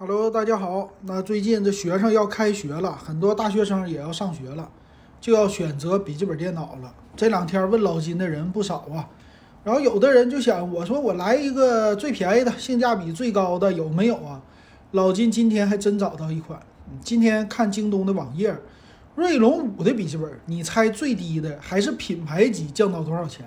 Hello，大家好。那最近这学生要开学了，很多大学生也要上学了，就要选择笔记本电脑了。这两天问老金的人不少啊，然后有的人就想，我说我来一个最便宜的，性价比最高的有没有啊？老金今天还真找到一款。今天看京东的网页，锐龙5的笔记本，你猜最低的还是品牌级降到多少钱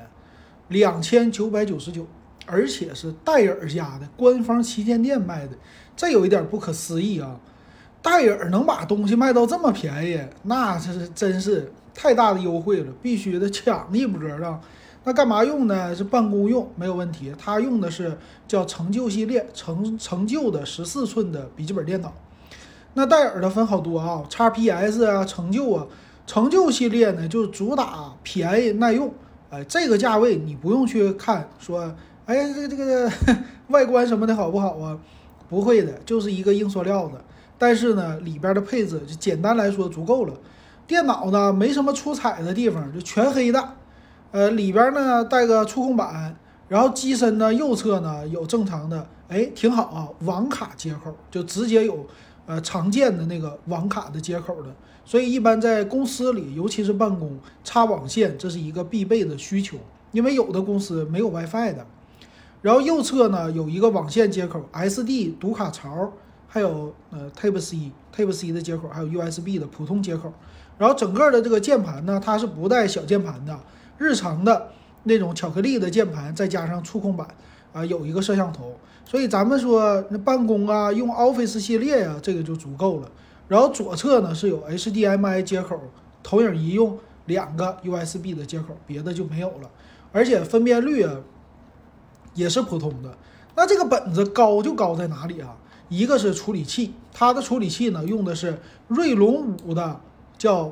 ？2999，而且是戴尔家的官方旗舰店卖的，这有一点不可思议啊！戴尔能把东西卖到这么便宜，那这是真是太大的优惠了，必须得抢一波啊！那干嘛用呢？是办公用没有问题，它用的是叫成就系列，成就的14寸的笔记本电脑。那戴尔的分好多啊，XPS 啊，成就啊，成就系列呢就主打便宜耐用。这个价位你不用去看说，哎，这个外观什么的好不好啊？不会的，就是一个硬塑料的。但是呢，里边的配置就简单来说足够了。电脑呢没什么出彩的地方，就全黑的。里边呢带个触控板，然后机身呢右侧呢有正常的，挺好啊，网卡接口就直接有常见的那个网卡的接口的。所以一般在公司里，尤其是办公插网线，这是一个必备的需求，因为有的公司没有 WiFi 的。然后右侧呢有一个网线接口 SD 读卡槽，还有Type C 的接口，还有 USB 的普通接口。然后整个的这个键盘呢，它是不带小键盘的，日常的那种巧克力的键盘，再加上触控板有一个摄像头。所以咱们说那办公啊，用 Office 系列啊，这个就足够了。然后左侧呢是有 HDMI 接口，投影仪用2个 USB 的接口，别的就没有了。而且分辨率也是普通的。那这个本子高就高在哪里啊？一个是处理器，它的处理器呢用的是锐龙5的叫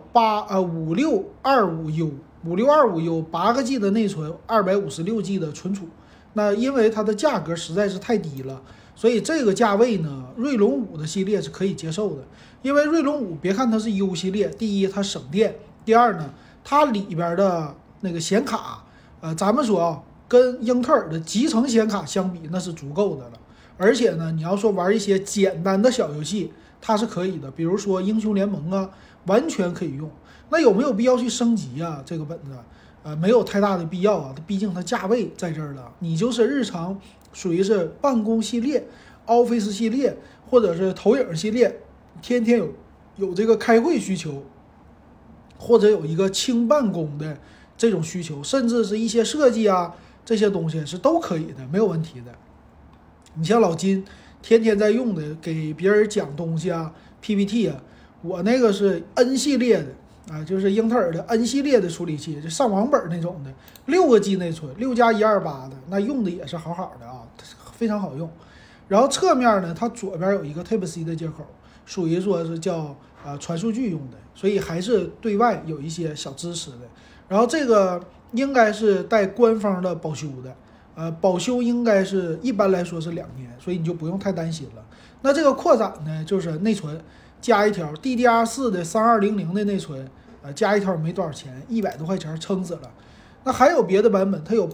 5625U，8个 G 的内存，256 G 的存储。那因为它的价格实在是太低了，所以这个价位呢，锐龙5的系列是可以接受的。因为锐龙5别看它是 U 系列，第一它省电，第二呢，它里边的那个显卡，咱们说啊，跟英特尔的集成显卡相比，那是足够的了。而且呢，你要说玩一些简单的小游戏，它是可以的，比如说英雄联盟啊，完全可以用。那有没有必要去升级啊？这个本子，没有太大的必要啊，毕竟它价位在这儿了。你就是日常属于是办公系列、Office 系列或者是投影系列，天天有这个开会需求，或者有一个轻办公的这种需求，甚至是一些设计啊这些东西是都可以的，没有问题的。你像老金天天在用的，给别人讲东西啊 PPT 啊，我那个是 N 系列的就是英特尔的 N 系列的处理器，就上网本那种的，6个 G 内存，6+128的，那用的也是好好的啊，非常好用。然后侧面呢，它左边有一个 Type C 的接口，属于说是叫传数据用的，所以还是对外有一些小支持的。然后这个应该是带官方的保修的，保修应该是一般来说是2年，所以你就不用太担心了。那这个扩展呢，就是内存加一条 DDR4 的3200的内存，加一条没多少钱，100多块钱撑死了。那还有别的版本，它有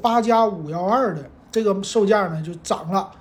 8+512的，这个售价呢就涨了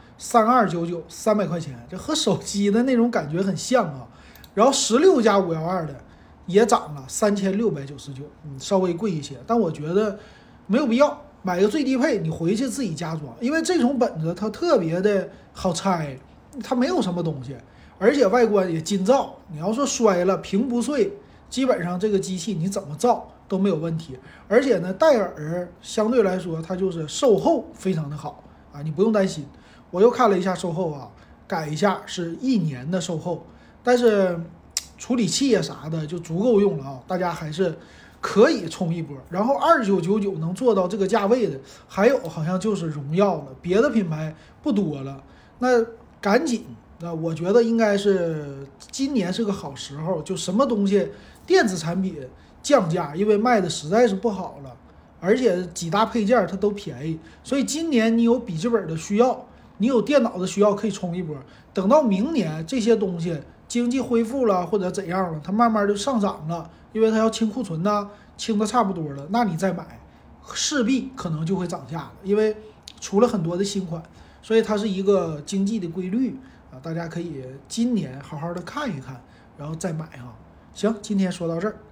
3299，300块钱，这和手机的那种感觉很像啊。然后16+512的也涨了3699，稍微贵一些，但我觉得没有必要，买个最低配，你回去自己加装，因为这种本子它特别的好拆，它没有什么东西，而且外观也金造，你要说摔了屏不碎，基本上这个机器你怎么造都没有问题。而且呢，戴尔相对来说它就是售后非常的好你不用担心。我又看了一下售后改一下是1年的售后，但是处理器啥的就足够用了大家还是可以冲一波。然后2999能做到这个价位的，还有好像就是荣耀了，别的品牌不多了。那赶紧，我觉得应该是今年是个好时候，就什么东西电子产品降价，因为卖的实在是不好了，而且几大配件它都便宜，所以今年你有笔记本的需要，你有电脑的需要，可以冲一波。等到明年这些东西经济恢复了或者怎样了，它慢慢就上涨了，因为它要清库存清的差不多了，那你再买，势必可能就会涨价了，因为出了很多的新款，所以它是一个经济的规律大家可以今年好好的看一看，然后再买啊。行，今天说到这儿。